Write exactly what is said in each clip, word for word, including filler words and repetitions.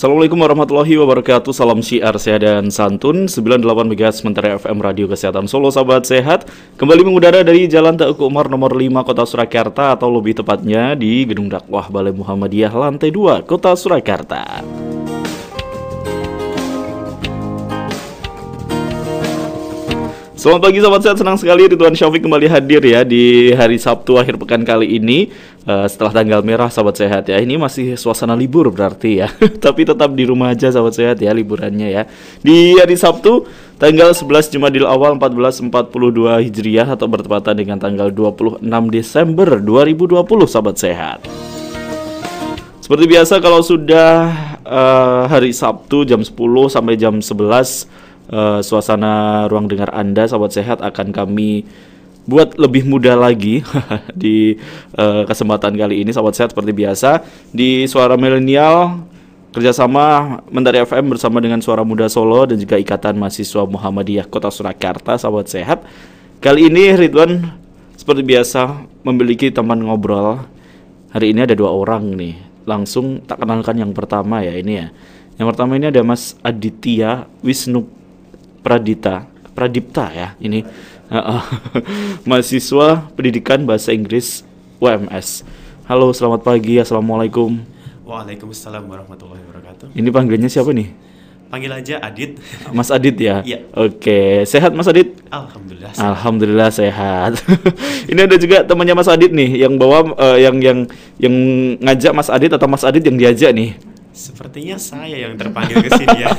Assalamualaikum warahmatullahi wabarakatuh. Salam syiar sehat dan santun. sembilan puluh delapan megahertz Menteri F M Radio Kesehatan Solo, sahabat sehat. Kembali mengudara dari Jalan Teuku Umar nomor lima Kota Surakarta, atau lebih tepatnya di Gedung Dakwah Balai Muhammadiyah lantai dua Kota Surakarta. Selamat pagi sahabat sehat, senang sekali Ridwan Syafiq kembali hadir ya di hari Sabtu akhir pekan kali ini uh, setelah tanggal merah sahabat sehat ya. Ini masih suasana libur berarti ya. Tapi tetap di rumah aja sahabat sehat ya liburannya ya. Di hari Sabtu tanggal sebelas Jumadil Awal seribu empat ratus empat puluh dua Hijriah atau bertepatan dengan tanggal dua puluh enam Desember dua ribu dua puluh sahabat sehat. Seperti biasa kalau sudah uh, hari Sabtu jam sepuluh sampai jam sebelas Uh, suasana ruang dengar Anda sahabat sehat akan kami buat lebih mudah lagi di uh, kesempatan kali ini sahabat sehat, seperti biasa di Suara Milenial kerjasama Mentari F M bersama dengan Suara Muda Solo dan juga Ikatan Mahasiswa Muhammadiyah Kota Surakarta sahabat sehat. Kali ini Ridwan seperti biasa memiliki teman ngobrol. Hari ini ada dua orang nih, langsung tak kenalkan yang pertama ya ini ya. Yang pertama ini ada Mas Aditya Wisnu Pradita, Pradipta ya ini uh, uh, mahasiswa pendidikan bahasa Inggris U M S. Halo, selamat pagi, assalamualaikum. Waalaikumsalam warahmatullahi wabarakatuh. Ini panggilannya siapa nih? Panggil aja Adit. Mas Adit ya? Iya. Oke, sehat Mas Adit? Alhamdulillah. Sehat. Alhamdulillah sehat. Ini ada juga temannya Mas Adit nih yang bawa uh, yang yang yang ngajak Mas Adit atau Mas Adit yang diajak nih? Sepertinya saya yang terpanggil ke sini ya.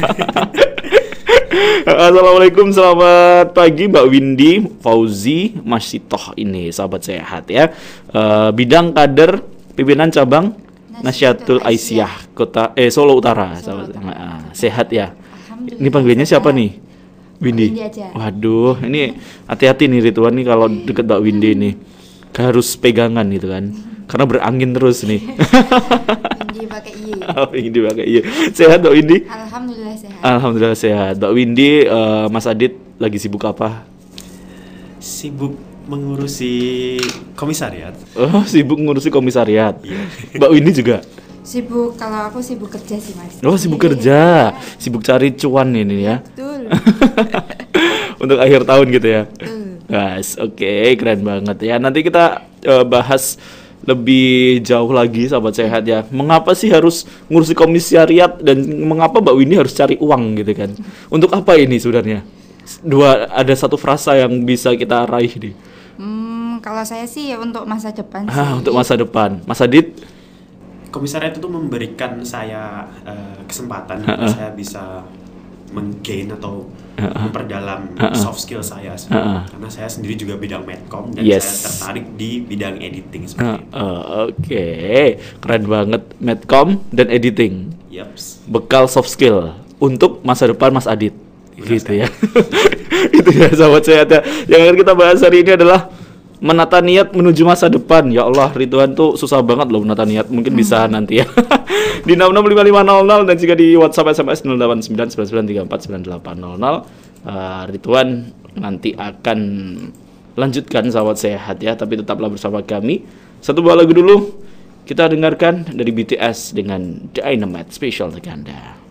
Assalamualaikum, selamat pagi Mbak Windy Fauzi Masyitoh ini sahabat sehat ya. Uh, bidang kader pimpinan cabang Nasyatul Aisyah Kota eh Solo Utara sahabat. Uh, sehat ya. Ini panggilannya siapa nih? Windy. Waduh, ini hati-hati nih Ridwan nih kalau deket Mbak Windy nih. Harus pegangan gitu kan. Karena berangin terus nih. Windy pakai iya. Oh, Windy pakai iya. Sehat Mbak Windy? Alhamdulillah sehat. Alhamdulillah sehat. Mbak Windy, uh, Mas Adit lagi sibuk apa? Sibuk mengurusi komisariat. Oh, sibuk ngurusi komisariat. Iya. Mbak Windy juga? Sibuk, kalau aku sibuk kerja sih Mas. Oh, sibuk kerja. Sibuk cari cuan ini ya. Betul. Untuk akhir tahun gitu ya. Betul. Guys, oke, okay, keren banget ya. Nanti kita uh, bahas lebih jauh lagi sahabat sehat ya. Mengapa sih harus ngurusi komisariat dan mengapa Mbak Windy harus cari uang gitu kan? Untuk apa ini sebenarnya? Dua ada satu frasa yang bisa kita raih nih. Hmm, kalau saya sih ya untuk masa depan sih. Ah, untuk masa depan. Mas Adit? Komisariat itu memberikan saya uh, kesempatan uh-uh. saya bisa menggain atau uh-uh. memperdalam uh-uh. soft skill saya uh-uh. karena saya sendiri juga bidang medcom dan yes. saya tertarik di bidang editing seperti uh, uh, Oke, okay. Keren banget medcom dan editing. Yaps. Bekal soft skill untuk masa depan Mas Adit. Benar gitu ya. Itu ya sahabat sehat ya. Yang akan kita bahas hari ini adalah menata niat menuju masa depan. Ya Allah, Ridwan tuh susah banget loh menata niat. Mungkin bisa nanti ya. Di enam enam lima lima nol nol dan juga di WhatsApp S M S nol delapan sembilan sembilan sembilan tiga empat sembilan delapan nol nol. Uh, Ridwan nanti akan lanjutkan sahabat sehat ya, tapi tetaplah bersama kami. Satu buah lagu dulu kita dengarkan dari B T S dengan Dynamite spesial untuk Anda.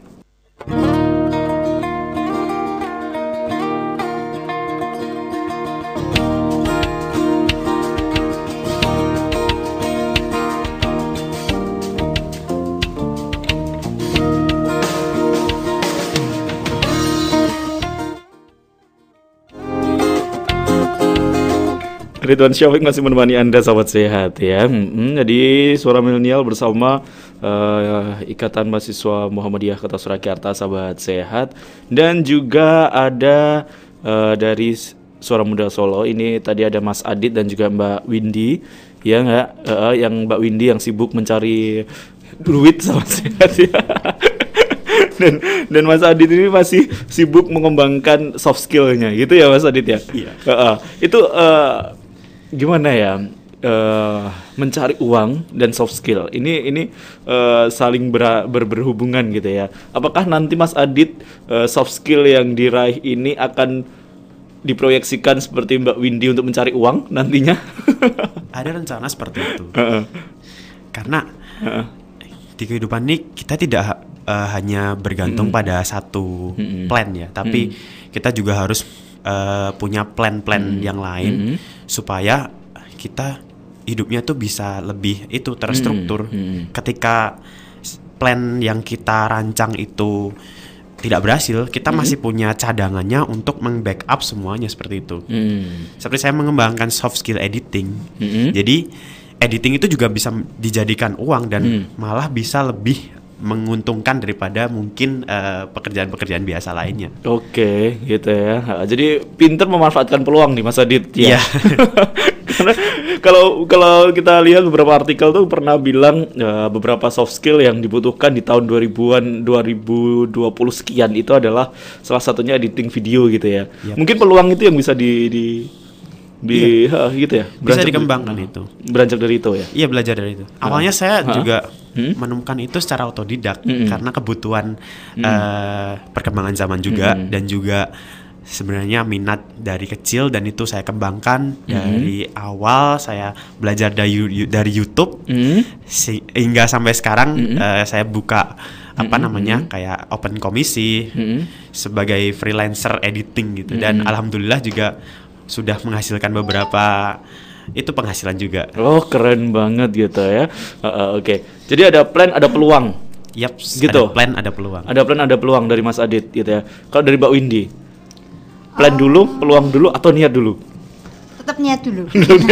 Ridwan Syafiq masih menemani Anda sahabat sehat ya. Hmm, jadi Suara Milenial bersama uh, Ikatan Mahasiswa Muhammadiyah Kota Surakarta sahabat sehat, dan juga ada uh, dari Suara Muda Solo. Ini tadi ada Mas Adit dan juga Mbak Windy ya nggak? Uh, yang Mbak Windy yang sibuk mencari duit sahabat sehat ya. Dan, dan Mas Adit ini masih sibuk mengembangkan soft skill-nya gitu ya Mas Adit ya. Iya. Uh, uh, itu uh, gimana ya, uh, mencari uang dan soft skill ini ini uh, saling ber, ber, berhubungan gitu ya. Apakah nanti Mas Adit uh, soft skill yang diraih ini akan diproyeksikan seperti Mbak Windy untuk mencari uang nantinya? Ada rencana seperti itu. Uh-uh. Karena uh-uh. di kehidupan ini kita tidak uh, hanya bergantung mm-hmm. pada satu mm-hmm. plan ya, tapi mm-hmm. kita juga harus uh, punya plan-plan mm-hmm. yang lain mm-hmm. supaya kita hidupnya tuh bisa lebih itu terstruktur. Mm-hmm. Ketika plan yang kita rancang itu tidak berhasil, kita mm-hmm. masih punya cadangannya untuk meng-backup semuanya seperti itu. Mm. Seperti saya mengembangkan soft skill editing. Mm-hmm. Jadi editing itu juga bisa dijadikan uang dan mm. malah bisa lebih menguntungkan daripada mungkin uh, pekerjaan-pekerjaan biasa lainnya. Oke, gitu ya. Jadi pinter memanfaatkan peluang nih Mas Adit ya. Karena kalau kalau kita lihat beberapa artikel tuh pernah bilang uh, beberapa soft skill yang dibutuhkan di tahun dua ribuan dua ribu dua puluh sekian itu adalah salah satunya editing video gitu ya. Yep. Mungkin peluang itu yang bisa di di di iya. uh, gitu ya. Bisa dikembangkan di, itu. Beranjak dari itu ya. Iya, belajar dari itu. Awalnya uh, saya uh, juga hmm? menemukan itu secara otodidak hmm. karena kebutuhan hmm. uh, perkembangan zaman juga hmm. dan juga sebenarnya minat dari kecil dan itu saya kembangkan mm-hmm. dari awal. Saya belajar dari dari YouTube mm-hmm. si, hingga sampai sekarang mm-hmm. uh, saya buka apa mm-hmm. namanya kayak open komisi mm-hmm. sebagai freelancer editing gitu mm-hmm. dan alhamdulillah juga sudah menghasilkan beberapa itu penghasilan juga. Oh, keren banget gitu ya. Uh, uh, Oke, okay. Jadi ada plan, ada peluang. Yap, gitu. Ada plan, ada peluang. Ada plan, ada peluang dari Mas Adit gitu ya. Kalau dari Mbak Windy, plan dulu, peluang dulu, atau niat dulu? Tetap niat dulu.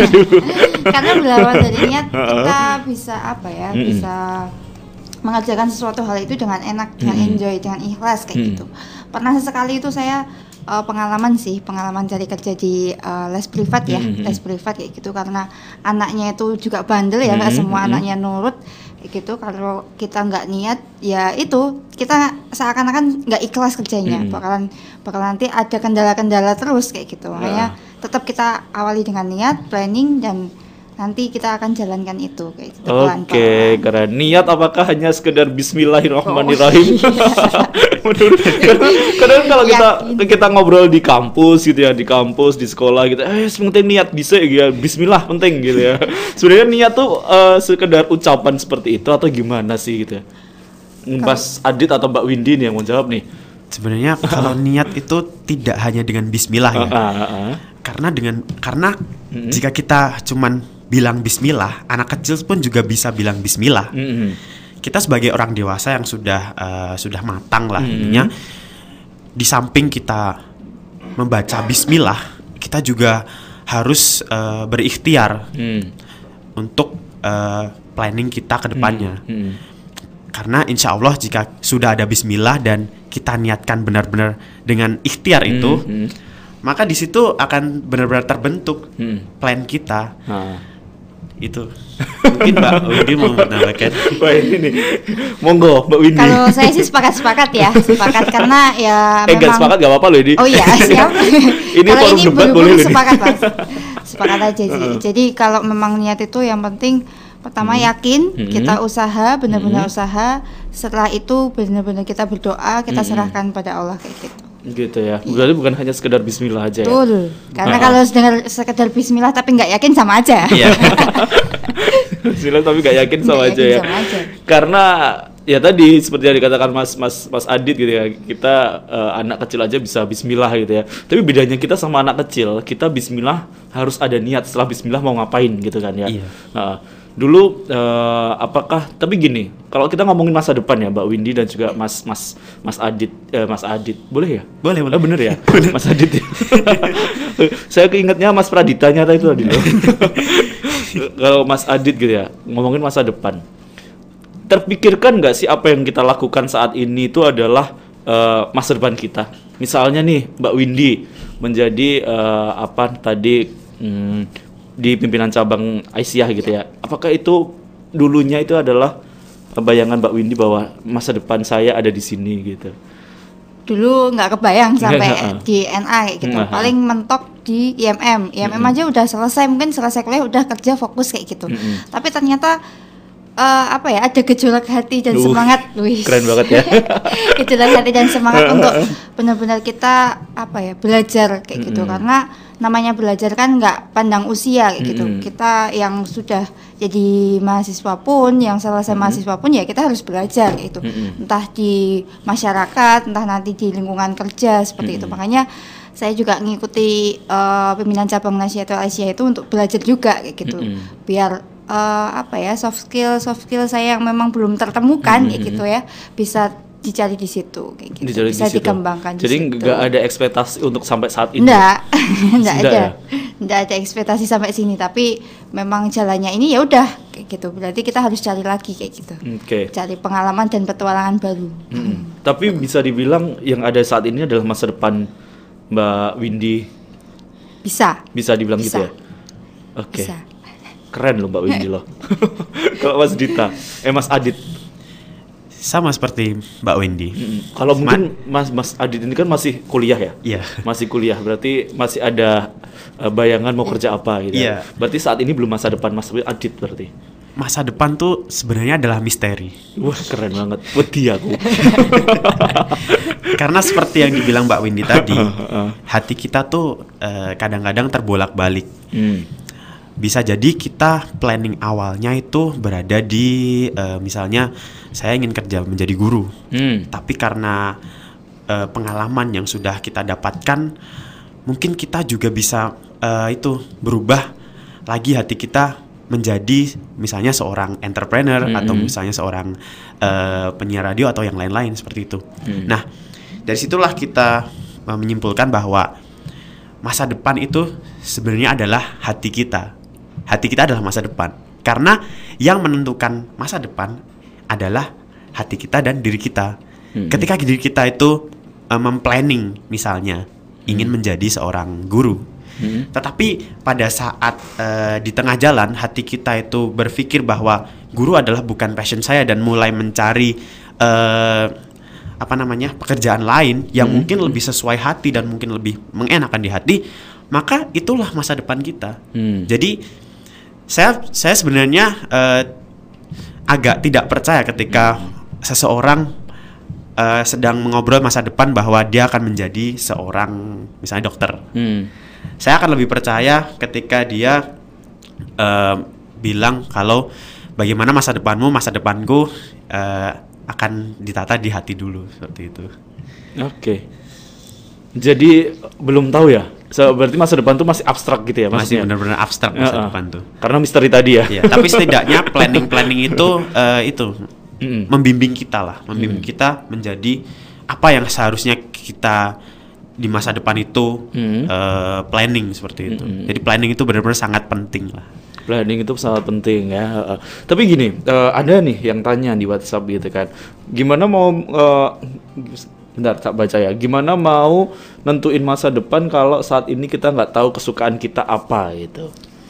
Karena berawal dari niat kita bisa apa ya, mm-mm. bisa mengerjakan sesuatu hal itu dengan enak, dengan mm-mm. enjoy, dengan ikhlas kayak mm-mm. gitu. Pernah sesekali itu saya uh, pengalaman sih, pengalaman cari kerja di uh, les privat ya, mm-hmm. les privat kayak gitu karena anaknya itu juga bandel ya, nggak mm-hmm. semua anaknya nurut. Gitu, kalau kita nggak niat ya itu kita seakan-akan nggak ikhlas kerjanya, hmm. bakalan bakalan nanti ada kendala-kendala terus kayak gitu. Makanya uh. tetap kita awali dengan niat, planning dan nanti kita akan jalankan itu kayak gitu. Oke, okay, keren. Niat apakah hanya sekedar Bismillahirrahmanirrahim? Oh. Kadang kalau kita kita ngobrol di kampus gitu ya, di kampus, di sekolah gitu, eh penting niat bisa ya, Bismillah penting gitu ya. Sebenarnya niat tuh uh, sekedar ucapan seperti itu atau gimana sih gitu ya? Mas Adit atau Mbak Windy nih yang mau jawab nih. Sebenarnya kalau niat itu tidak hanya dengan Bismillah ya, uh, uh, uh. karena dengan karena mm-hmm. jika kita cuman bilang Bismillah, anak kecil pun juga bisa bilang Bismillah. Mm-hmm. Kita sebagai orang dewasa yang sudah uh, sudah matang lah, mm-hmm. intinya di samping kita membaca Bismillah, kita juga harus uh, berikhtiar mm. untuk uh, planning kita ke depannya. Mm-hmm. Karena insya Allah jika sudah ada Bismillah dan kita niatkan benar-benar dengan ikhtiar mm-hmm. itu, maka di situ akan benar-benar terbentuk mm. plan kita. Ah. Itu mungkin Mbak Windy mau menambahkan. Wah ini nih, monggo Mbak Windy. Kalau saya sih sepakat-sepakat ya, sepakat karena ya eh, memang. Eh nggak sepakat nggak apa-apa loh ini. Oh iya siap. Ini kalau ini buru-buru sepakat lah. Sepakat aja sih. Uh-uh. Jadi kalau memang niat itu yang penting pertama hmm. yakin hmm. kita usaha benar-benar hmm. usaha. Setelah itu benar-benar kita berdoa, kita hmm. serahkan pada Allah kayak gitu. Gitu ya. Berarti bukan hanya sekedar Bismillah aja. Betul. Ya. Karena nah. kalau sekedar sekedar Bismillah tapi nggak yakin sama aja. Iya. Bismillah tapi nggak yakin sama nggak aja yakin ya. Sama aja. Karena ya tadi seperti yang dikatakan Mas Mas Mas Adit gitu ya. Kita uh, anak kecil aja bisa Bismillah gitu ya. Tapi bedanya kita sama anak kecil, kita Bismillah harus ada niat setelah Bismillah mau ngapain gitu kan ya. Iya. Uh, Dulu uh, apakah tapi gini, kalau kita ngomongin masa depan ya Mbak Windy dan juga Mas Mas Mas Adit uh, Mas Adit boleh ya? Boleh, boleh. Oh, bener ya? Mas Adit ya. Saya keingetnya Mas Praditanya tadi itu tadi loh. Kalau Mas Adit gitu ya, ngomongin masa depan. Terpikirkan nggak sih apa yang kita lakukan saat ini itu adalah uh, masa depan kita? Misalnya nih Mbak Windy menjadi uh, apa tadi hmm, di pimpinan cabang Aisyah gitu ya. Apakah itu dulunya itu adalah bayangan Mbak Windy bahwa masa depan saya ada di sini gitu? Dulu nggak kebayang sampai di N A kayak gitu. Paling mentok di I M M. I M M mm-hmm. aja udah selesai, mungkin selesai kuliah udah kerja fokus kayak gitu. Mm-hmm. Tapi ternyata uh, apa ya, ada gejolak hati dan uh, semangat. Wih. Keren banget ya. Gejolak hati dan semangat untuk benar-benar kita apa ya, belajar kayak gitu. Mm-hmm. Karena namanya belajar kan nggak pandang usia kayak gitu. Mm-hmm. Kita yang sudah jadi mahasiswa pun, yang selesai mm-hmm. mahasiswa pun ya kita harus belajar itu. Mm-hmm. Entah di masyarakat, entah nanti di lingkungan kerja seperti mm-hmm. itu. Makanya saya juga ngikuti uh, pimpinan cabang Nasyiatul Asia itu untuk belajar juga kayak gitu. Mm-hmm. Biar uh, apa ya soft skill soft skill saya yang memang belum tertemukan mm-hmm. kayak gitu ya bisa dicari di situ kayak gitu. Dicari bisa di situ. Dikembangkan. Jadi nggak ada ekspektasi untuk sampai saat ini. Nggak, nggak ada, ya? nggak ada ekspektasi sampai sini. Tapi memang jalannya ini ya udah kayak gitu. Berarti kita harus cari lagi kayak gitu. Oke. Okay. Cari pengalaman dan petualangan baru. Mm-hmm. Tapi bisa dibilang yang ada saat ini adalah masa depan Mbak Windy. Bisa. Bisa dibilang bisa. gitu ya. Oke. Okay. Keren loh Mbak Windy loh. Kalau Mas Dita, eh Mas Adit. Sama seperti Mbak Wendy. Mm-hmm. Kalau mungkin Mas Mas Adit ini kan masih kuliah ya? Iya. Masih kuliah, berarti masih ada uh, bayangan mau kerja apa gitu. Iya. Berarti saat ini belum masa depan Mas Adit berarti. Masa depan tuh sebenarnya adalah misteri. Wah, keren banget. Wedi aku. Karena seperti yang dibilang Mbak Wendy tadi, hati kita tuh uh, kadang-kadang terbolak-balik. Hmm. Bisa jadi kita planning awalnya itu berada di uh, misalnya saya ingin kerja menjadi guru, hmm. tapi karena uh, pengalaman yang sudah kita dapatkan, mungkin kita juga bisa uh, itu berubah lagi hati kita menjadi misalnya seorang entrepreneur hmm. atau misalnya seorang uh, penyiar radio atau yang lain-lain seperti itu. Hmm. Nah, dari situlah kita uh, menyimpulkan bahwa masa depan itu sebenarnya adalah hati kita. Hati kita adalah masa depan. Karena yang menentukan masa depan adalah hati kita dan diri kita. Hmm. Ketika diri kita itu uh, memplanning misalnya hmm. ingin menjadi seorang guru. Hmm. Tetapi pada saat uh, di tengah jalan hati kita itu berpikir bahwa guru adalah bukan passion saya dan mulai mencari uh, apa namanya pekerjaan lain yang hmm. mungkin lebih sesuai hati dan mungkin lebih mengenakan di hati, maka itulah masa depan kita. Hmm. Jadi Saya saya sebenarnya uh, agak tidak percaya ketika hmm. seseorang uh, sedang mengobrol masa depan bahwa dia akan menjadi seorang misalnya dokter. Hmm. Saya akan lebih percaya ketika dia uh, bilang kalau bagaimana masa depanmu, masa depanku uh, akan ditata di hati dulu seperti itu. Oke. Okay. Jadi belum tahu ya. So, berarti masa depan tuh masih abstrak gitu ya maksudnya? Masih benar-benar abstrak masa uh-uh. depan tuh. Karena misteri tadi ya. Iya, tapi setidaknya planning-planning itu uh, itu mm-hmm. membimbing kita lah, membimbing mm-hmm. kita menjadi apa yang seharusnya kita di masa depan itu mm-hmm. uh, planning seperti itu. Mm-hmm. Jadi planning itu benar-benar sangat penting lah. Planning itu sangat penting ya. Uh, tapi gini, uh, ada nih yang tanya di WhatsApp gitu kan. Gimana mau uh, bentar, tak baca ya. Gimana mau nentuin masa depan kalau saat ini kita nggak tahu kesukaan kita apa gitu.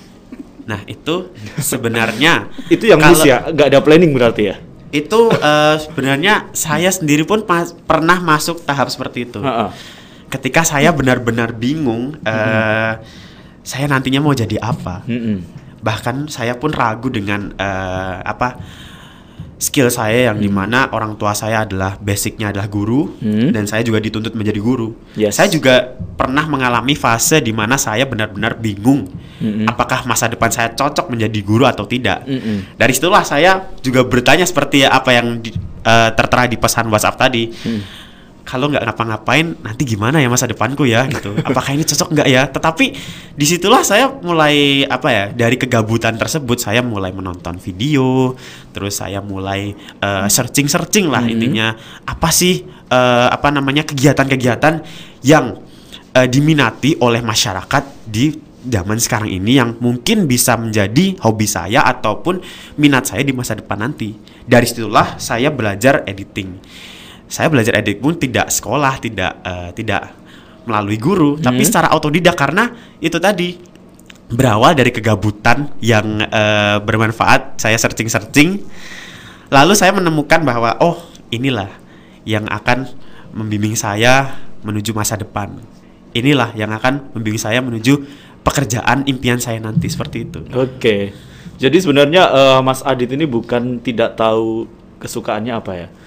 Nah itu sebenarnya itu yang miss ya, nggak ada planning berarti ya. Itu uh, sebenarnya saya sendiri pun mas, pernah masuk tahap seperti itu. Uh-uh. Ketika saya benar-benar bingung, uh, uh-uh. saya nantinya mau jadi apa. Uh-uh. Bahkan saya pun ragu dengan uh, apa. skill saya yang hmm. dimana orang tua saya adalah basicnya adalah guru hmm. dan saya juga dituntut menjadi guru. Yes. Saya juga pernah mengalami fase di mana saya benar-benar bingung hmm. apakah masa depan saya cocok menjadi guru atau tidak. Hmm. Dari situlah saya juga bertanya seperti apa yang di, uh, tertera di pesan WhatsApp tadi. Hmm. Kalau nggak ngapa-ngapain nanti gimana ya masa depanku ya gitu. Apakah ini cocok nggak ya? Tetapi disitulah saya mulai apa ya dari kegabutan tersebut saya mulai menonton video, terus saya mulai uh, searching-searching lah hmm. intinya apa sih uh, apa namanya kegiatan-kegiatan yang uh, diminati oleh masyarakat di zaman sekarang ini yang mungkin bisa menjadi hobi saya ataupun minat saya di masa depan nanti. Dari situlah saya belajar editing. Saya belajar editing pun tidak sekolah, tidak uh, tidak melalui guru, hmm. tapi secara autodidak karena itu tadi berawal dari kegabutan yang uh, bermanfaat. Saya searching-searching, lalu saya menemukan bahwa oh inilah yang akan membimbing saya menuju masa depan. Inilah yang akan membimbing saya menuju pekerjaan impian saya nanti seperti itu. Oke, jadi sebenarnya uh, Mas Adit ini bukan tidak tahu kesukaannya apa ya?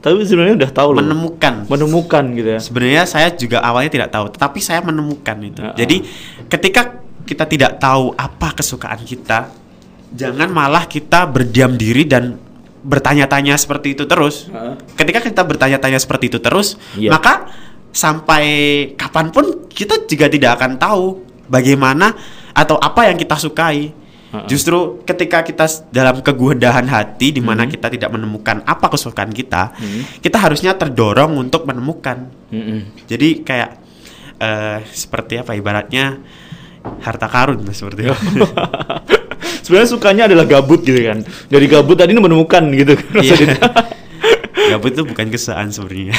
Tapi sebenarnya udah tahu loh. Menemukan. Menemukan gitu ya. Sebenarnya saya juga awalnya tidak tahu, tetapi saya menemukan itu. Uh-uh. Jadi ketika kita tidak tahu apa kesukaan kita, jangan malah kita berdiam diri dan bertanya-tanya seperti itu terus. Uh-uh. Ketika kita bertanya-tanya seperti itu terus, yeah. maka sampai kapanpun kita juga tidak akan tahu bagaimana atau apa yang kita sukai. Uh-uh. Justru ketika kita dalam kegundahan hati di mana uh-huh. kita tidak menemukan apa kesukaan kita, uh-huh. kita harusnya terdorong untuk menemukan. Uh-huh. Jadi kayak uh, seperti apa ibaratnya harta karun seperti itu. Sebenarnya sukanya adalah gabut gitu kan. Dari gabut tadi menemukan gitu kan. Yeah. Gabut itu bukan kesalahan sebenarnya.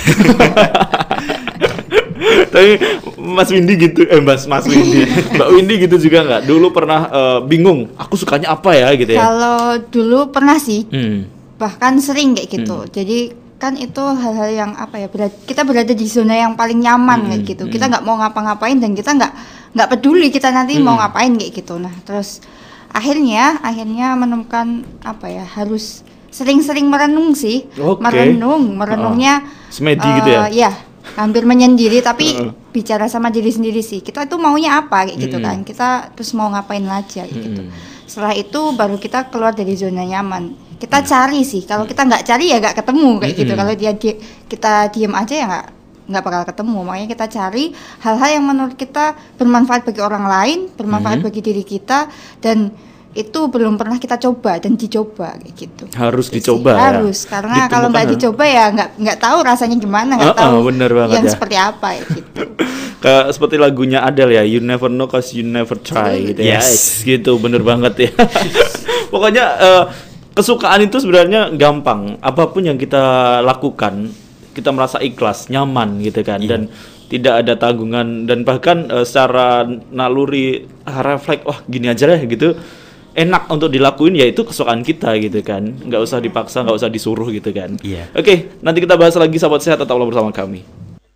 Tapi Mas Windy gitu, eh Mas Mas Windy, Mbak Windy gitu juga nggak? Dulu pernah uh, bingung, aku sukanya apa ya gitu ya? Kalau dulu pernah sih, hmm. bahkan sering kayak gitu. Hmm. Jadi kan itu hal-hal yang apa ya? Berada, kita berada di zona yang paling nyaman hmm. kayak gitu. Kita nggak mau ngapa-ngapain dan kita nggak nggak peduli kita nanti hmm. mau ngapain kayak gitu. Nah terus akhirnya akhirnya menemukan apa ya? Harus sering-sering merenung sih, okay. merenung, merenungnya. Oh. Semedi uh, gitu ya? Ya. Hampir menyendiri tapi uh. bicara sama diri sendiri sih. Kita itu maunya apa kayak gitu mm. kan. Kita terus mau ngapain aja kayak mm. gitu. Setelah itu baru kita keluar dari zona nyaman. Kita mm. cari sih. Kalau kita nggak cari ya nggak ketemu kayak mm. gitu. Kalau dia di, kita diem aja ya nggak nggak bakal ketemu. Makanya kita cari hal-hal yang menurut kita bermanfaat bagi orang lain, bermanfaat mm. bagi diri kita, dan itu belum pernah kita coba dan dicoba kayak gitu. Harus Jadi, dicoba harus ya? Karena kalau nggak dicoba ya nggak nggak tahu rasanya gimana, nggak uh, tahu uh, bener banget yang ya. seperti apa ya gitu. Kayak seperti lagunya Adele ya, you never know cause you never try gitu ya. Yes. Gitu bener banget ya. Pokoknya uh, kesukaan itu sebenarnya gampang. Apapun yang kita lakukan kita merasa ikhlas, nyaman gitu kan. Yeah. Dan tidak ada tanggungan dan bahkan uh, secara naluri refleks, wah gini aja deh gitu. Enak untuk dilakuin, ya itu kesukaan kita gitu kan, nggak usah dipaksa, nggak usah disuruh gitu kan. Iya. Oke, nanti kita bahas lagi sahabat sehat, tetaplah bersama kami.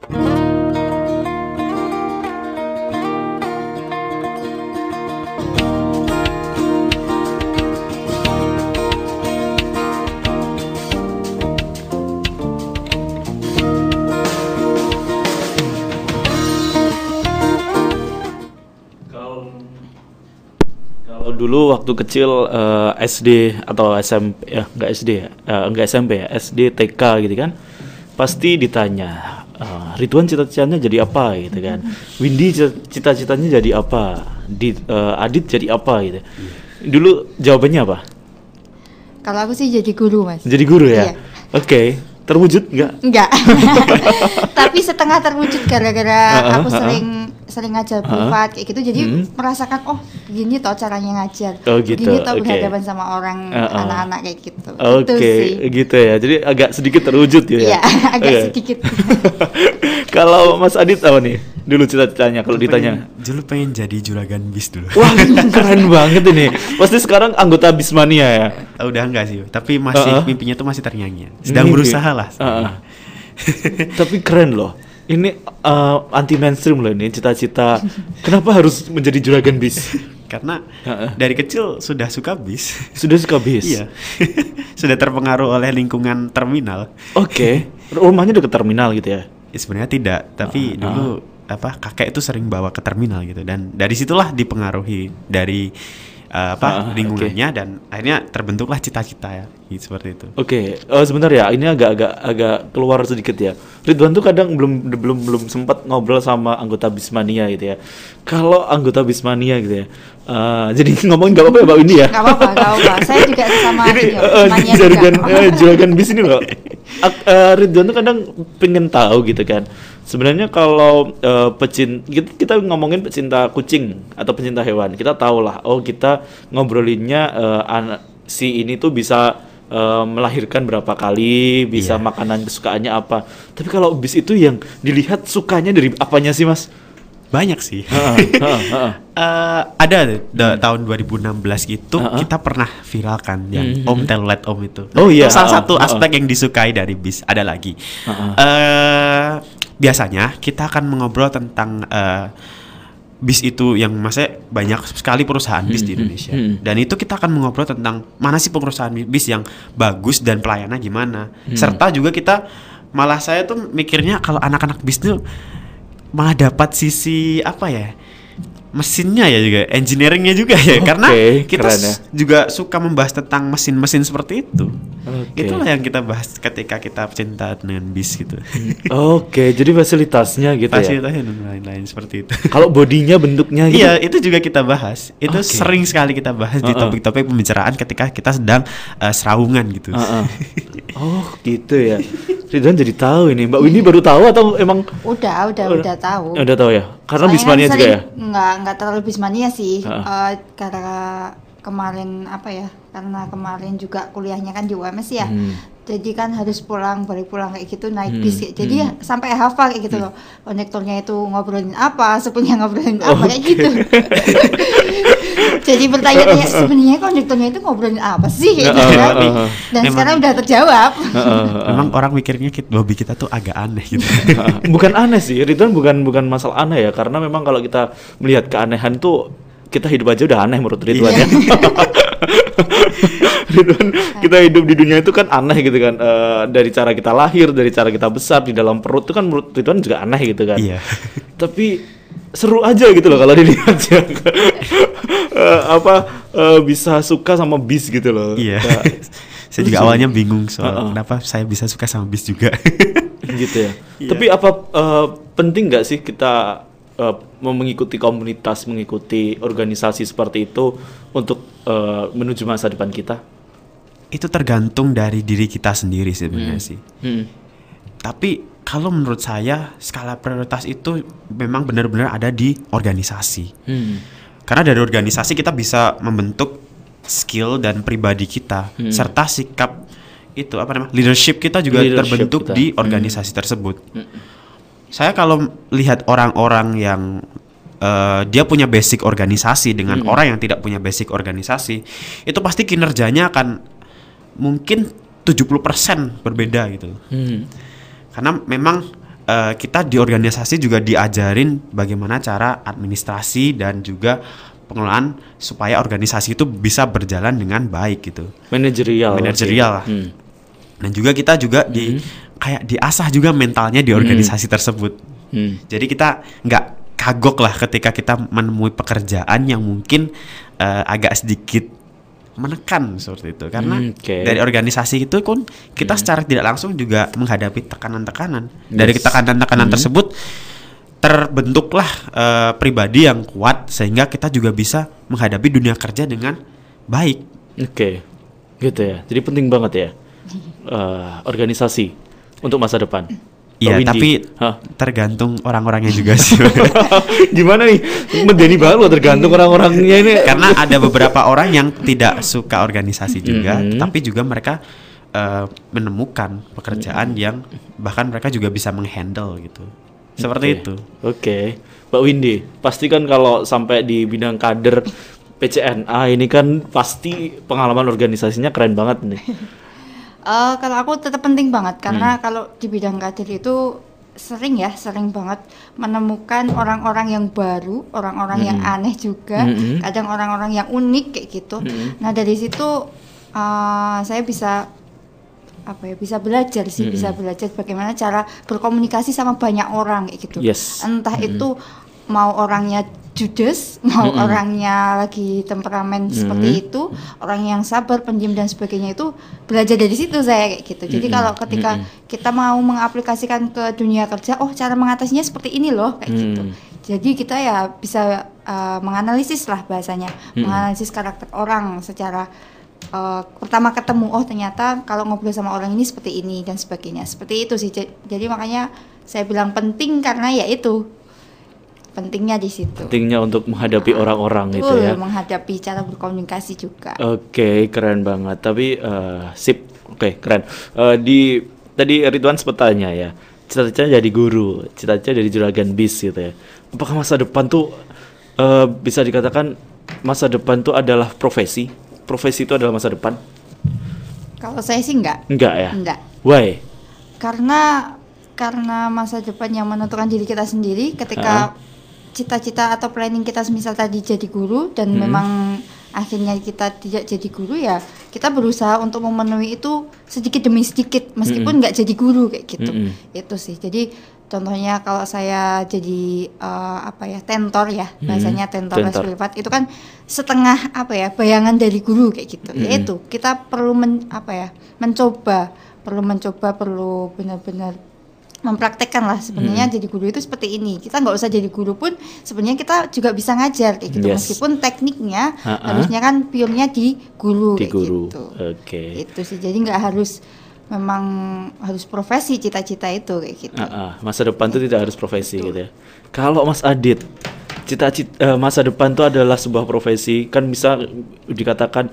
Dulu waktu kecil uh, S D atau S M P ya, enggak S D ya, uh, enggak S M P ya, S D T K gitu kan, pasti ditanya uh, Ridwan cita-citanya jadi apa gitu kan, Windy cita-citanya jadi apa, Di, uh, Adit jadi apa gitu. Dulu jawabannya apa? Kalau aku sih jadi guru mas. Jadi guru ya. Iya. Oke. Okay. Terwujud enggak? Enggak. Tapi setengah terwujud gara-gara uh-uh, aku sering uh-uh. sering ngajar privat uh-uh. kayak gitu, jadi hmm. merasakan oh gini toh caranya ngajar, oh, gitu. gini toh okay. berhadapan sama orang uh-uh. anak-anak kayak gitu. Oke, okay. gitu ya. Jadi agak sedikit terwujud ya. Iya, agak okay. sedikit. Kalau Mas Adit apa nih? Dulu cita-citanya kalau ditanya. Pengen, dulu pengen jadi juragan bis dulu. Wah, keren banget ini. Pasti sekarang anggota Bismania ya. Udah enggak sih, tapi masih uh-uh. mimpinya tuh masih terngiang-ngiang. Sedang Mimpi. berusaha lah. Uh-uh. Tapi keren loh. Ini uh, anti mainstream loh ini cita-cita. Kenapa harus menjadi juragan bis? Karena uh-uh. dari kecil sudah suka bis. Sudah suka bis. Iya. Sudah terpengaruh oleh lingkungan terminal. Oke. Okay. Rumahnya dekat terminal gitu ya? Ya sebenarnya tidak, tapi uh-uh. dulu apa kakek itu sering bawa ke terminal gitu, dan dari situlah dipengaruhi dari uh, apa uh, lingkungannya okay. dan akhirnya terbentuklah cita-cita ya gitu, seperti itu. Oke, okay. uh, sebentar ya, ini agak-agak agak keluar sedikit ya. Ridwan tuh kadang belum belum belum sempat ngobrol sama anggota Bismania gitu ya. Kalau anggota Bismania gitu ya, uh, jadi ngomongin gak apa-apa ya Mbak Windy ya? Gak apa-apa, gak apa-apa. Saya juga sama ini uh, juragan uh, juragan bis ini loh. Uh, Ridwan tuh kadang pengen tahu gitu kan. Sebenarnya kalau uh, pecin kita, kita ngomongin pecinta kucing atau pecinta hewan, kita tahu lah, oh kita ngobrolinnya uh, anak si ini tuh bisa uh, melahirkan berapa kali, bisa yeah. makanan kesukaannya apa. Tapi kalau bis itu yang dilihat sukanya dari apanya sih Mas? Banyak sih. uh, uh, uh, uh. uh, ada da, hmm. tahun dua ribu enam belas itu uh, uh. kita pernah viralkan yang hmm. Om Telolet Om itu. Oh iya. Itu salah uh, satu uh, aspek uh. yang disukai dari bis. Ada lagi. Uh, uh. Uh, biasanya kita akan mengobrol tentang uh, bis itu yang maksudnya banyak sekali perusahaan bis hmm, di Indonesia. Hmm, dan itu kita akan mengobrol tentang mana sih perusahaan bis yang bagus dan pelayanannya gimana. Hmm. Serta juga kita malah saya tuh mikirnya kalau anak-anak bis tuh malah dapat sisi apa ya? Mesinnya ya juga, engineeringnya juga ya, okay, karena kita ya. juga suka membahas tentang mesin-mesin seperti itu. Okay. Itulah yang kita bahas ketika kita cinta dengan bis gitu. Oke, okay, jadi fasilitasnya gitu fasilitasnya ya. Fasilitasnya dan lain-lain seperti itu. Kalau bodinya, bentuknya gitu. Iya, itu juga kita bahas. Itu okay. sering sekali kita bahas uh-uh. di topik-topik pembicaraan ketika kita sedang uh, serawungan gitu. Uh-uh. Oh, gitu ya. Ridwan jadi tahu ini. Mbak Windy baru tahu atau emang udah, udah, udah, udah tahu. Udah tahu ya. Karena Bismania juga ya? Enggak, enggak terlalu Bismania sih. Uh-uh. Uh, karena kemarin apa ya? Karena kemarin juga kuliahnya kan di U M S ya. Hmm. Jadi kan harus pulang, balik pulang kayak gitu, naik hmm. bis kayak. Jadi hmm. sampai hafal kayak gitu hmm. loh. Kondektornya itu ngobrolin apa, supirnya ngobrolin apa okay. kayak gitu. Jadi bertanya-tanya sebenarnya kondektornya itu ngobrolin apa sih kayak gitu kan. Uh, uh, uh, Dan memang, sekarang udah terjawab. Uh, uh, uh, Memang orang mikirnya kita, hobi kita tuh agak aneh gitu. Bukan aneh sih, Ridwan bukan bukan masalah aneh ya, karena memang kalau kita melihat keanehan tuh kita hidup aja udah aneh menurut Ridwan yeah. ya. Ridwan, kita hidup di dunia itu kan aneh gitu kan, uh, dari cara kita lahir, dari cara kita besar di dalam perut itu kan menurut Ridwan juga aneh gitu kan. Iya. Tapi seru aja gitu loh kalau dilihat ya. uh, apa uh, bisa suka sama bis gitu loh. Iya. Ya. Saya juga awalnya bingung soal uh-uh. kenapa saya bisa suka sama bis juga. Gitu ya. Yeah. Tapi apa uh, penting nggak sih kita uh, mengikuti komunitas, mengikuti organisasi seperti itu untuk uh, menuju masa depan kita? Itu tergantung dari diri kita sendiri sebenarnya hmm. sih. Hmm. Tapi kalau menurut saya skala prioritas itu memang benar-benar ada di organisasi. Hmm. Karena dari organisasi kita bisa membentuk skill dan pribadi kita hmm. serta sikap itu apa namanya leadership kita juga leadership terbentuk kita. Di organisasi hmm. tersebut. Hmm. Saya kalau lihat orang-orang yang uh, dia punya basic organisasi dengan hmm. orang yang tidak punya basic organisasi, itu pasti kinerjanya akan mungkin tujuh puluh persen berbeda gitu. Hmm. Karena memang uh, kita di organisasi juga diajarin bagaimana cara administrasi dan juga pengelolaan supaya organisasi itu bisa berjalan dengan baik gitu. Manajerial. Manajerial. Okay. Hmm. Dan juga kita juga hmm. di kayak diasah juga mentalnya di organisasi hmm. tersebut. Hmm. Jadi kita nggak kagok lah ketika kita menemui pekerjaan yang mungkin uh, agak sedikit menekan seperti itu, karena hmm, okay. dari organisasi itu pun kita hmm. secara tidak langsung juga menghadapi tekanan-tekanan. Yes. Dari tekanan-tekanan hmm. tersebut terbentuklah uh, pribadi yang kuat sehingga kita juga bisa menghadapi dunia kerja dengan baik. Oke, okay. gitu ya. Jadi penting banget ya uh, organisasi untuk masa depan. Iya, tapi huh? tergantung orang-orangnya juga sih. Gimana nih? Medeni banget loh, tergantung orang-orangnya ini. Karena ada beberapa orang yang tidak suka organisasi juga, mm-hmm. tapi juga mereka uh, menemukan pekerjaan mm-hmm. yang bahkan mereka juga bisa menghandle gitu. Seperti okay. itu. Oke, okay. Mbak Windy, pasti kan kalau sampai di bidang kader P C N A ini kan pasti pengalaman organisasinya keren banget nih. Uh, kalau aku tetap penting banget karena hmm. kalau di bidang kader itu sering ya sering banget menemukan orang-orang yang baru, orang-orang hmm. yang aneh juga, hmm. kadang orang-orang yang unik kayak gitu. Hmm. Nah dari situ uh, saya bisa apa ya bisa belajar sih, hmm. bisa belajar bagaimana cara berkomunikasi sama banyak orang kayak gitu. Yes. Entah hmm. itu mau orangnya judes, mau mm-hmm. orangnya lagi temperamen mm-hmm. seperti itu, orang yang sabar, pendiam dan sebagainya, itu belajar dari situ saya kayak gitu. Jadi mm-hmm. kalau ketika mm-hmm. kita mau mengaplikasikan ke dunia kerja, oh cara mengatasinya seperti ini loh kayak mm-hmm. gitu. Jadi kita ya bisa uh, menganalisis lah bahasanya, mm-hmm. menganalisis karakter orang secara uh, pertama ketemu, oh ternyata kalau ngobrol sama orang ini seperti ini dan sebagainya. Seperti itu sih. Jadi makanya saya bilang penting karena ya itu. Pentingnya di situ. Pentingnya untuk menghadapi nah, orang-orang itu ya. Menghadapi cara berkomunikasi juga. Oke, okay, keren banget. Tapi uh, sip, oke okay, keren. Uh, di tadi Ridwan sempat tanya ya, cita-citanya jadi guru, cita-cita jadi juragan bis gitu ya. Apakah masa depan tuh uh, bisa dikatakan masa depan tuh adalah profesi? Profesi itu adalah masa depan? Kalau saya sih enggak. Enggak ya? Enggak. Why? Karena karena masa depan yang menentukan diri kita sendiri ketika uh-huh. cita-cita atau planning kita semisal tadi jadi guru dan hmm. memang akhirnya kita tidak jadi guru, ya kita berusaha untuk memenuhi itu sedikit demi sedikit meskipun nggak mm-hmm. jadi guru kayak gitu. Mm-hmm. Itu sih. Jadi contohnya kalau saya jadi uh, apa ya tentor ya mm-hmm. bahasanya tentor, tentor. les privat itu kan setengah apa ya bayangan dari guru kayak gitu. Mm-hmm. Yaitu kita perlu men, apa ya mencoba perlu mencoba perlu benar-benar mempraktekkan lah sebenarnya hmm. jadi guru itu seperti ini. Kita nggak usah jadi guru pun sebenarnya kita juga bisa ngajar kayak gitu. Yes. Meskipun tekniknya uh-uh. harusnya kan pionnya di guru di kayak guru. gitu. Oke. Okay. Itu sih. Jadi nggak harus memang harus profesi cita-cita itu kayak gitu. Uh-uh. Masa depan itu tidak harus profesi gitu ya. Kalau Mas Adit, cita-cita uh, masa depan itu adalah sebuah profesi, kan bisa dikatakan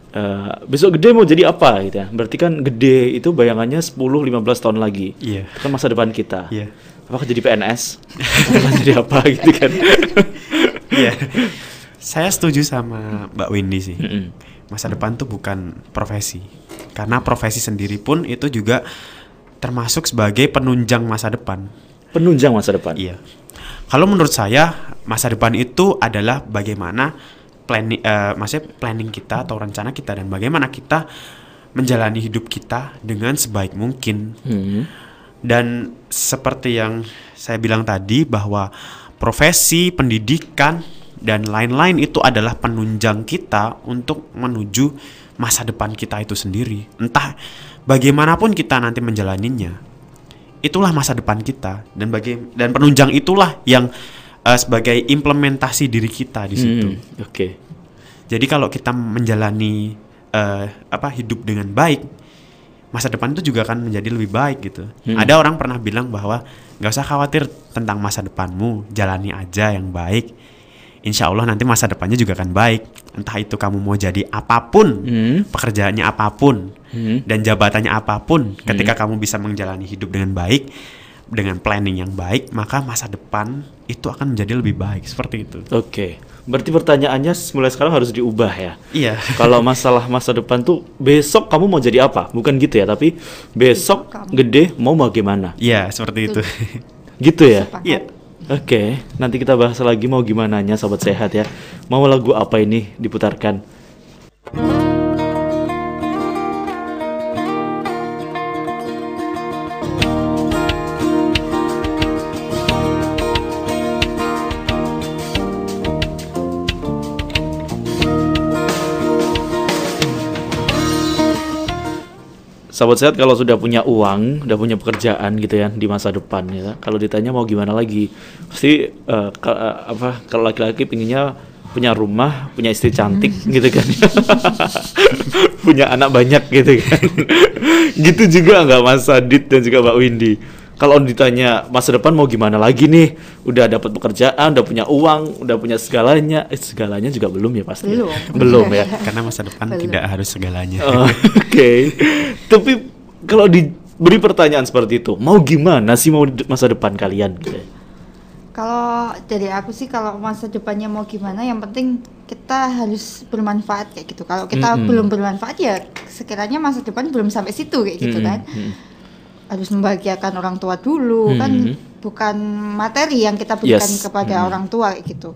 Uh, besok gede mau jadi apa gitu ya. Berarti kan gede itu bayangannya sepuluh sampai lima belas tahun lagi. Iya. Yeah. Kan masa depan kita. Iya. Yeah. Apakah jadi P N S? Apakah jadi apa gitu kan. Iya. Yeah. Saya setuju sama Mbak Windy sih. Mm-hmm. Masa depan tuh bukan profesi. Karena profesi sendiri pun itu juga termasuk sebagai penunjang masa depan. Penunjang masa depan. Iya. Kalau menurut saya masa depan itu adalah bagaimana planning, uh, maksudnya planning kita atau rencana kita dan bagaimana kita menjalani hidup kita dengan sebaik mungkin. Hmm. Dan seperti yang saya bilang tadi bahwa profesi, pendidikan dan lain-lain itu adalah penunjang kita untuk menuju masa depan kita itu sendiri. Entah bagaimanapun kita nanti menjalaninya, itulah masa depan kita dan bagi dan penunjang itulah yang Uh, sebagai implementasi diri kita di situ. Hmm, Oke. Okay. Jadi kalau kita menjalani uh, apa hidup dengan baik, masa depan itu juga akan menjadi lebih baik gitu. Hmm. Ada orang pernah bilang bahwa nggak usah khawatir tentang masa depanmu, jalani aja yang baik. Insya Allah nanti masa depannya juga akan baik. Entah itu kamu mau jadi apapun, hmm. pekerjaannya apapun, hmm. dan jabatannya apapun. Ketika hmm. kamu bisa menjalani hidup dengan baik, dengan planning yang baik, maka masa depan itu akan menjadi lebih baik, seperti itu. Oke, okay. Berarti pertanyaannya mulai sekarang harus diubah ya. Iya. Kalau masalah masa depan tuh besok kamu mau jadi apa? Bukan gitu ya, tapi besok gede mau bagaimana? Iya, seperti itu. Gitu ya? Iya. Oke, okay. Nanti kita bahas lagi mau gimananya sobat sehat ya. Mau lagu apa ini diputarkan? Sahabat sehat kalau sudah punya uang, udah punya pekerjaan gitu ya di masa depan ya. Kalau ditanya mau gimana lagi, pasti uh, ke, uh, apa kalau laki-laki pinginnya punya rumah, punya istri cantik gitu kan. Punya anak banyak gitu kan. Gitu juga nggak Mas Adit dan juga Mbak Windy. Kalau ditanya masa depan mau gimana lagi nih, udah dapat pekerjaan, udah punya uang, udah punya segalanya, eh, segalanya juga belum ya pasti. Belum. Belum ya. Karena masa depan belum. Tidak harus segalanya. Oh, Oke. Okay. Tapi kalau diberi pertanyaan seperti itu, mau gimana sih mau masa depan kalian? Gitu? Kalau dari aku sih kalau masa depannya mau gimana, yang penting kita harus bermanfaat kayak gitu. Kalau kita mm-hmm. belum bermanfaat ya sekiranya masa depan belum sampai situ kayak gitu mm-hmm. kan. Harus membahagiakan orang tua dulu mm-hmm. kan, bukan materi yang kita berikan yes. kepada mm-hmm. orang tua kayak gitu.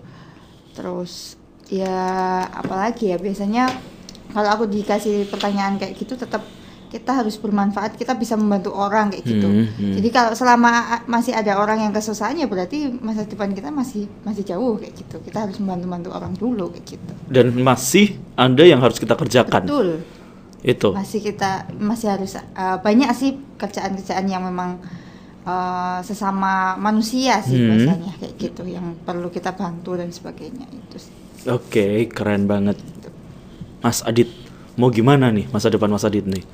Terus ya apalagi ya biasanya kalau aku dikasih pertanyaan kayak gitu tetap kita harus bermanfaat, kita bisa membantu orang kayak gitu. Mm-hmm. Jadi kalau selama masih ada orang yang kesusahan ya berarti masa depan kita masih masih jauh kayak gitu. Kita harus membantu-bantu orang dulu kayak gitu. Dan masih ada yang harus kita kerjakan. Betul. Itu masih kita masih harus uh, banyak sih kerjaan-kerjaan yang memang uh, sesama manusia sih hmm. biasanya kayak gitu yang perlu kita bantu dan sebagainya itu sih. Oke, okay, keren banget. Mas Adit, mau gimana nih masa depan Mas Adit nih?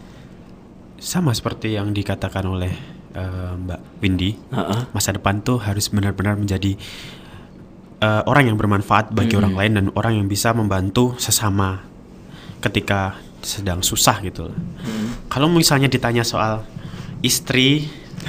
Sama seperti yang dikatakan oleh uh, Mbak Windy, uh-uh. masa depan tuh harus benar-benar menjadi uh, orang yang bermanfaat bagi hmm. orang lain dan orang yang bisa membantu sesama ketika sedang susah gitu. Hmm. Kalau misalnya ditanya soal istri,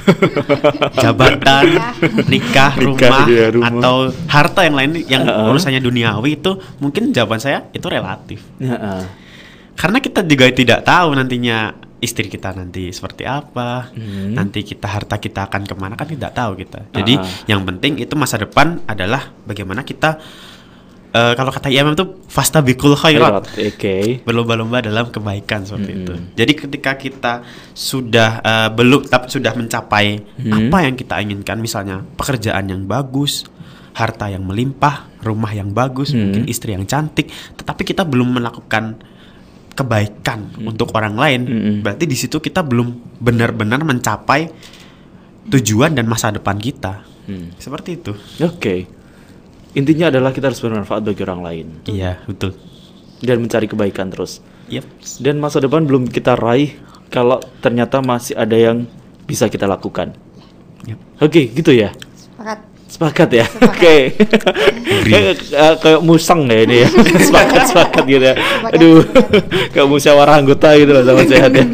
jabatan, nikah, rumah, nikah rumah atau harta yang lain yang uh-uh. urusannya duniawi itu mungkin jawaban saya itu relatif. Uh-uh. Karena kita juga tidak tahu nantinya istri kita nanti seperti apa, hmm. nanti kita harta kita akan kemana kan tidak tahu kita. Jadi uh-huh. yang penting itu masa depan adalah bagaimana kita uh, kalau kata I M M itu fastabiqul khairat, okay. berlomba-lomba dalam kebaikan seperti hmm. itu. Jadi ketika kita sudah uh, belum tapi sudah mencapai hmm. apa yang kita inginkan, misalnya pekerjaan yang bagus, harta yang melimpah, rumah yang bagus, hmm. mungkin istri yang cantik, tetapi kita belum melakukan kebaikan hmm. untuk orang lain, hmm. berarti di situ kita belum benar-benar mencapai tujuan dan masa depan kita. Hmm. Seperti itu. Oke. Okay. Intinya adalah kita harus bermanfaat bagi orang lain. Iya, betul. Dan mencari kebaikan terus. Yep. Dan masa depan belum kita raih kalau ternyata masih ada yang bisa kita lakukan. Yep. Oke, okay, gitu ya. Sepakat. Sepakat ya. Oke. Okay. kayak, kayak musang ya ini ya. sepakat sepakat gitu ya. Sepakat, Aduh. Kayak musyawarah anggota gitu loh, sama sehat ya.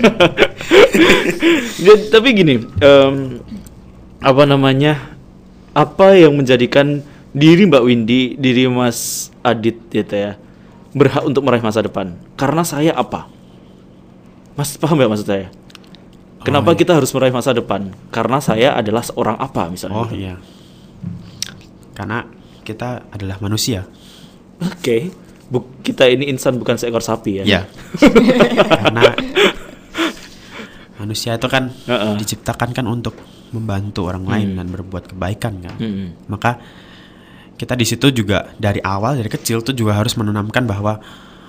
Tapi gini, um, apa namanya? Apa yang menjadikan diri Mbak Windy, diri Mas Adit gitu ya, berhak untuk meraih masa depan? Karena saya apa? Mas paham ya maksud saya? Kenapa oh, iya. kita harus meraih masa depan? Karena saya adalah seorang apa misalnya? Oh gitu. iya. Karena kita adalah manusia. Oke, okay. Buk- kita ini insan bukan seekor sapi ya. Iya. Karena manusia itu kan uh-uh. diciptakan kan untuk membantu orang lain hmm. dan berbuat kebaikan kan. Hmm. Maka kita di situ juga dari awal dari kecil tuh juga harus menanamkan bahwa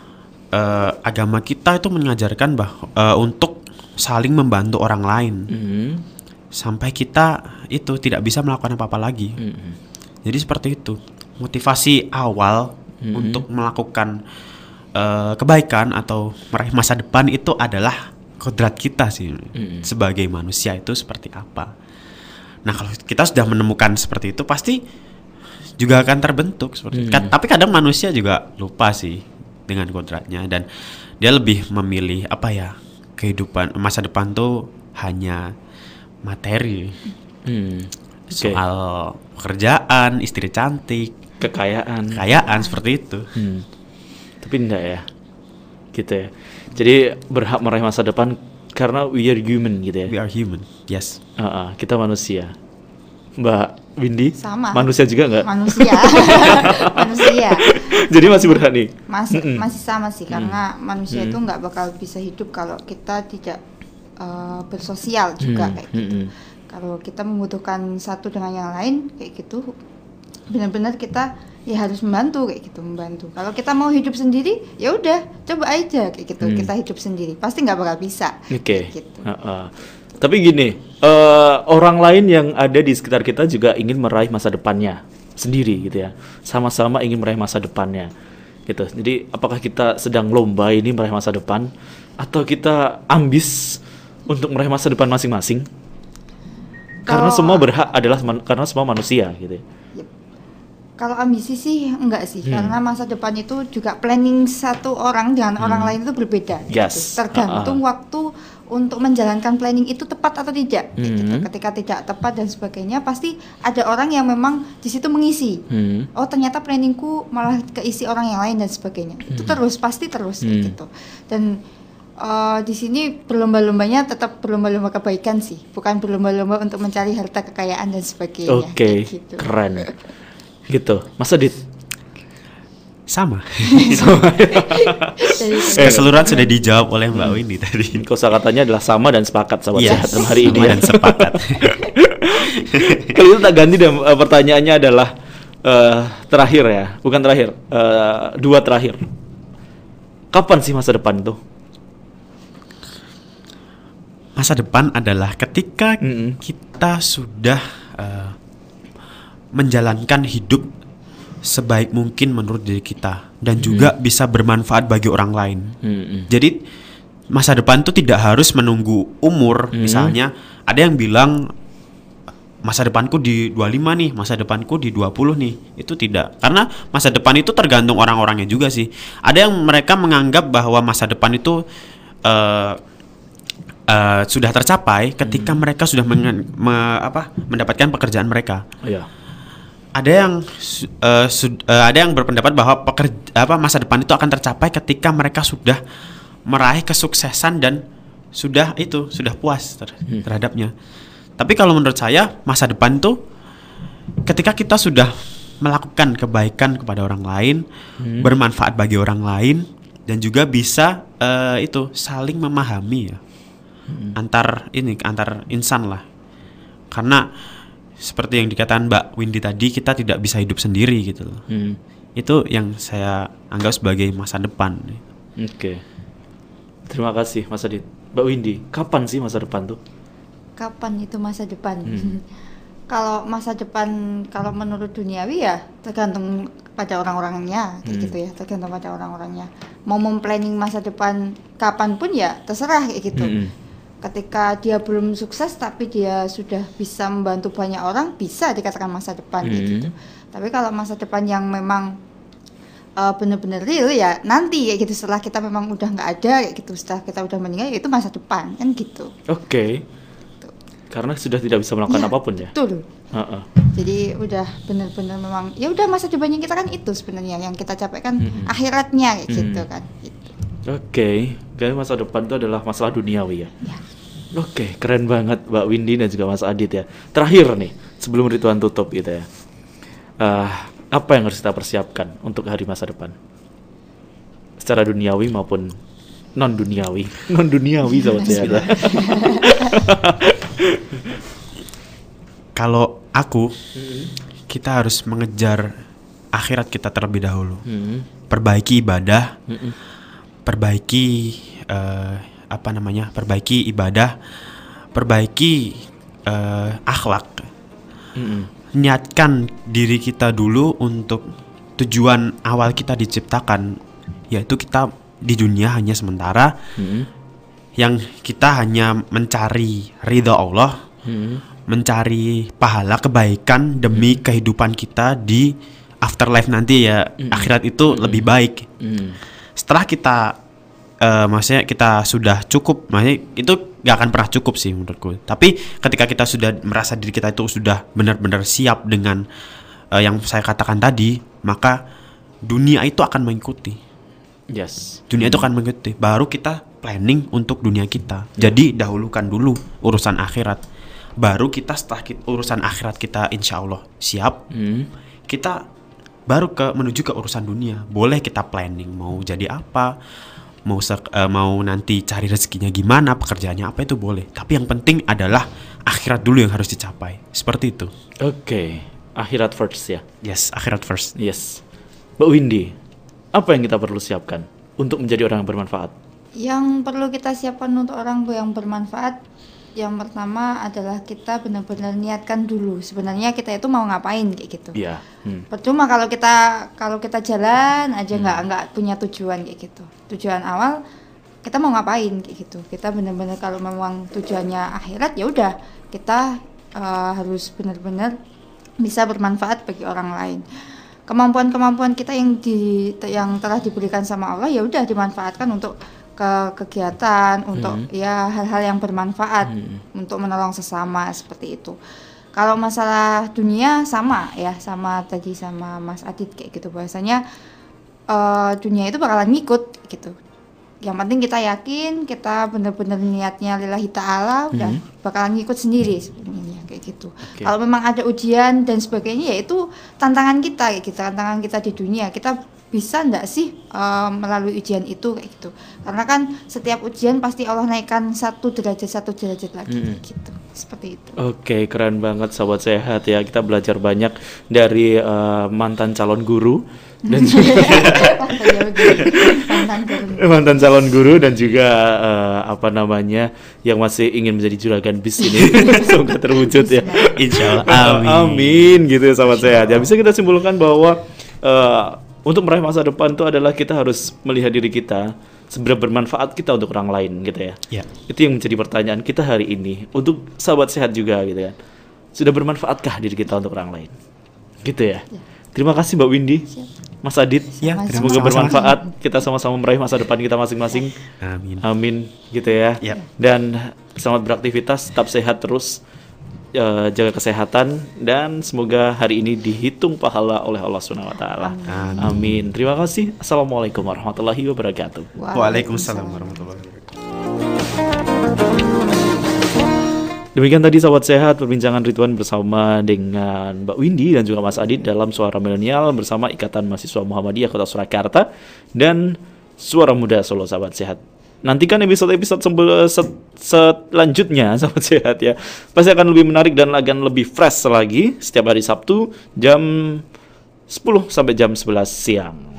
uh, agama kita itu mengajarkan bahwa uh, untuk saling membantu orang lain. Hmm. Sampai kita itu tidak bisa melakukan apa-apa lagi. Hmm. Jadi seperti itu motivasi awal mm-hmm. untuk melakukan uh, kebaikan atau meraih masa depan itu adalah kodrat kita sih mm-hmm. sebagai manusia itu seperti apa. Nah kalau kita sudah menemukan seperti itu pasti juga akan terbentuk seperti mm-hmm. itu. Tapi kadang manusia juga lupa sih dengan kodratnya dan dia lebih memilih apa ya, kehidupan masa depan tuh hanya materi. Mm. Okay. Soal pekerjaan, istri cantik, kekayaan, kekayaan seperti itu. Hmm. Tapi enggak ya, gitu ya. Jadi berhak meraih masa depan karena we are human gitu ya. We are human, yes. Uh-uh, kita manusia. Mbak Windy, sama. Manusia juga enggak? Manusia, manusia. Jadi masih berhak nih? Masih, masih sama sih, karena Mm. manusia Mm. itu nggak bakal bisa hidup kalau kita tidak uh, bersosial juga mm. kayak gitu. Mm. Kalau kita membutuhkan satu dengan yang lain kayak gitu, benar-benar kita ya harus membantu kayak gitu, membantu. Kalau kita mau hidup sendiri, ya udah coba aja kayak gitu, hmm. kita hidup sendiri, pasti nggak bakal bisa. Oke. Okay. Gitu. Uh-uh. Tapi gini, uh, orang lain yang ada di sekitar kita juga ingin meraih masa depannya sendiri gitu ya, sama-sama ingin meraih masa depannya, gitu. Jadi apakah kita sedang lomba ini meraih masa depan, atau kita ambis untuk meraih masa depan masing-masing? Karena semua berhak adalah man- karena semua manusia gitu. Yep. Kalau ambisi sih enggak sih, hmm. karena masa depan itu juga planning satu orang dengan hmm. orang lain itu berbeda. Yes. Gitu. Tergantung uh-uh. waktu untuk menjalankan planning itu tepat atau tidak. Hmm. Gitu. Ketika tidak tepat dan sebagainya, pasti ada orang yang memang di situ mengisi. Hmm. Oh ternyata planningku malah keisi orang yang lain dan sebagainya. Hmm. Itu terus pasti terus hmm. gitu. Dan Uh, di sini berlomba-lombanya tetap berlomba-lomba kebaikan sih, bukan berlomba-lomba untuk mencari harta kekayaan dan sebagainya. Oke, okay. gitu. Keren. Gitu, Mas Adit. Sama. Sama. Keseluruhan sudah dijawab oleh Mbak Windy tadi. Kosakatanya adalah sama dan sepakat, sahabat yes. sehat hari ini. Sama dan sepakat. Kalau itu tak ganti dan uh, pertanyaannya adalah uh, terakhir ya, bukan terakhir, uh, dua terakhir. Kapan sih masa depan itu? Masa depan adalah ketika mm-hmm. kita sudah uh, menjalankan hidup sebaik mungkin menurut diri kita dan mm-hmm. juga bisa bermanfaat bagi orang lain. Mm-hmm. Jadi masa depan itu tidak harus menunggu umur. Mm-hmm. Misalnya ada yang bilang masa depanku di dua puluh lima nih, masa depanku di dua puluh nih. Itu tidak. Karena masa depan itu tergantung orang-orangnya juga sih. Ada yang mereka menganggap bahwa masa depan itu uh, Uh, sudah tercapai ketika hmm. mereka sudah mengen, me, apa, mendapatkan pekerjaan mereka. Oh, iya. Ada yang uh, sud, uh, ada yang berpendapat bahwa pekerja, apa, masa depan itu akan tercapai ketika mereka sudah meraih kesuksesan dan sudah itu sudah puas ter- hmm. terhadapnya. Tapi kalau menurut saya masa depan tuh ketika kita sudah melakukan kebaikan kepada orang lain, hmm. bermanfaat bagi orang lain, dan juga bisa uh, itu saling memahami ya hmm. antar ini antar insan lah. Karena seperti yang dikatakan Mbak Windy tadi, kita tidak bisa hidup sendiri gitu loh. Hmm. Itu yang saya anggap sebagai masa depan. Oke. Okay. Terima kasih Mas Adit. Mbak Windy, kapan sih masa depan tuh? Kapan itu masa depan? Hmm. Kalau masa depan, kalau menurut duniawi ya tergantung pada orang-orangnya, kayak hmm. gitu ya, tergantung pada orang-orangnya. Mau memplanning masa depan kapan pun ya terserah kayak gitu. Hmm. Ketika dia belum sukses tapi dia sudah bisa membantu banyak orang, bisa dikatakan masa depan hmm. kayak gitu. Tapi kalau masa depan yang memang uh, benar-benar real ya nanti kayak gitu, setelah kita memang udah nggak ada kayak gitu, setelah kita udah meninggal ya itu masa depan kan gitu. Oke. Okay. Karena sudah tidak bisa melakukan ya, apapun ya. Betul. Uh-uh. Jadi udah benar-benar memang ya udah masa depannya kita kan itu sebenarnya yang kita capai kan mm-hmm. akhiratnya kayak mm-hmm. gitu kan. Gitu. Oke, okay. Jadi masa depan itu adalah masalah duniawi ya. Ya. Oke, okay. Keren banget Mbak Windy dan juga Mas Adit ya. Terakhir nih sebelum Ridwan tutup gitu ya. Uh, apa yang harus kita persiapkan untuk hari masa depan? Secara duniawi maupun non duniawi. Non duniawi sahabat saya. Kalau aku, mm-hmm. kita harus mengejar akhirat kita terlebih dahulu. Mm-hmm. Perbaiki ibadah, mm-hmm. perbaiki uh, apa namanya? Perbaiki ibadah, perbaiki uh, akhlak. Mm-hmm. Niatkan diri kita dulu untuk tujuan awal kita diciptakan, yaitu kita di dunia hanya sementara. Mm-hmm. Yang kita hanya mencari ridha Allah, hmm. mencari pahala kebaikan demi hmm. kehidupan kita di afterlife nanti ya, hmm. akhirat itu hmm. lebih baik. Hmm. Setelah kita, uh, maksudnya kita sudah cukup, maksudnya itu gak akan pernah cukup sih menurutku. Tapi ketika kita sudah merasa diri kita itu sudah benar-benar siap dengan uh, yang saya katakan tadi, maka dunia itu akan mengikuti. Yes. Dunia itu akan mengikuti. Baru kita planning untuk dunia kita. Jadi dahulukan dulu urusan akhirat. Baru kita setelah kita, urusan akhirat kita insya Allah siap, hmm. kita baru ke menuju ke urusan dunia. Boleh kita planning mau jadi apa, mau sek, uh, mau nanti cari rezekinya gimana, pekerjaannya apa, itu boleh. Tapi yang penting adalah akhirat dulu yang harus dicapai. Seperti itu. Oke, okay. Akhirat first ya. Yes, akhirat first. Yes. Mbak Windy, apa yang kita perlu siapkan untuk menjadi orang yang bermanfaat? Yang perlu kita siapkan untuk orang yang bermanfaat, yang pertama adalah kita benar-benar niatkan dulu. Sebenarnya kita itu mau ngapain kayak gitu. Iya. Hmm. Percuma kalau kita kalau kita jalan aja nggak hmm. nggak punya tujuan kayak gitu. Tujuan awal kita mau ngapain kayak gitu. Kita benar-benar kalau memang tujuannya akhirat ya udah kita uh, harus benar-benar bisa bermanfaat bagi orang lain. Kemampuan-kemampuan kita yang di yang telah diberikan sama Allah ya udah dimanfaatkan untuk ke kegiatan, untuk hmm. ya hal-hal yang bermanfaat, hmm. untuk menolong sesama seperti itu. Kalau masalah dunia sama ya, sama tadi sama Mas Adit kayak gitu, bahwasanya uh, dunia itu bakalan ngikut gitu. Yang penting kita yakin, kita benar-benar niatnya lillahi ta'ala, udah hmm. bakalan ngikut sendiri sebenarnya kayak gitu. Okay. Kalau memang ada ujian dan sebagainya ya itu tantangan kita kayak gitu, tantangan kita di dunia. Kita bisa enggak sih uh, melalui ujian itu kayak gitu. Karena kan setiap ujian pasti Allah naikkan satu derajat satu derajat lagi hmm. gitu. Seperti itu. Oke, okay, keren banget sahabat sehat ya. Kita belajar banyak dari uh, mantan calon guru dan juga mantan, mantan calon guru dan juga uh, apa namanya yang masih ingin menjadi juragan bis ini. Semoga terwujud ya. Insyaallah. Amin. Amin gitu ya sahabat sehat. Ya bisa kita simpulkan bahwa uh, untuk meraih masa depan itu adalah kita harus melihat diri kita seberapa bermanfaat kita untuk orang lain gitu ya. Yeah. Itu yang menjadi pertanyaan kita hari ini untuk sahabat sehat juga gitu kan. Sudah bermanfaatkah diri kita untuk orang lain? Gitu ya. Yeah. Terima kasih Mbak Windy, Mas Adit. Ya, semoga bermanfaat. Kita sama-sama meraih masa depan kita masing-masing. Amin. Amin gitu ya. Yeah. Dan selamat beraktivitas, tetap sehat terus. Uh, jaga kesehatan dan semoga hari ini dihitung pahala oleh Allah Subhanahu wa taala. Amin. Amin. Terima kasih. Assalamualaikum warahmatullahi wabarakatuh. Waalaikumsalam warahmatullahi wabarakatuh. Demikian tadi sahabat sehat perbincangan Ridwan bersama dengan Mbak Windy dan juga Mas Adit dalam Suara Milenial bersama Ikatan Mahasiswa Muhammadiyah Kota Surakarta dan Suara Muda Solo sahabat sehat. Nantikan episode-episode selanjutnya sahabat sehat ya. Pasti akan lebih menarik dan akan lebih fresh lagi setiap hari Sabtu jam sepuluh sampai jam sebelas siang.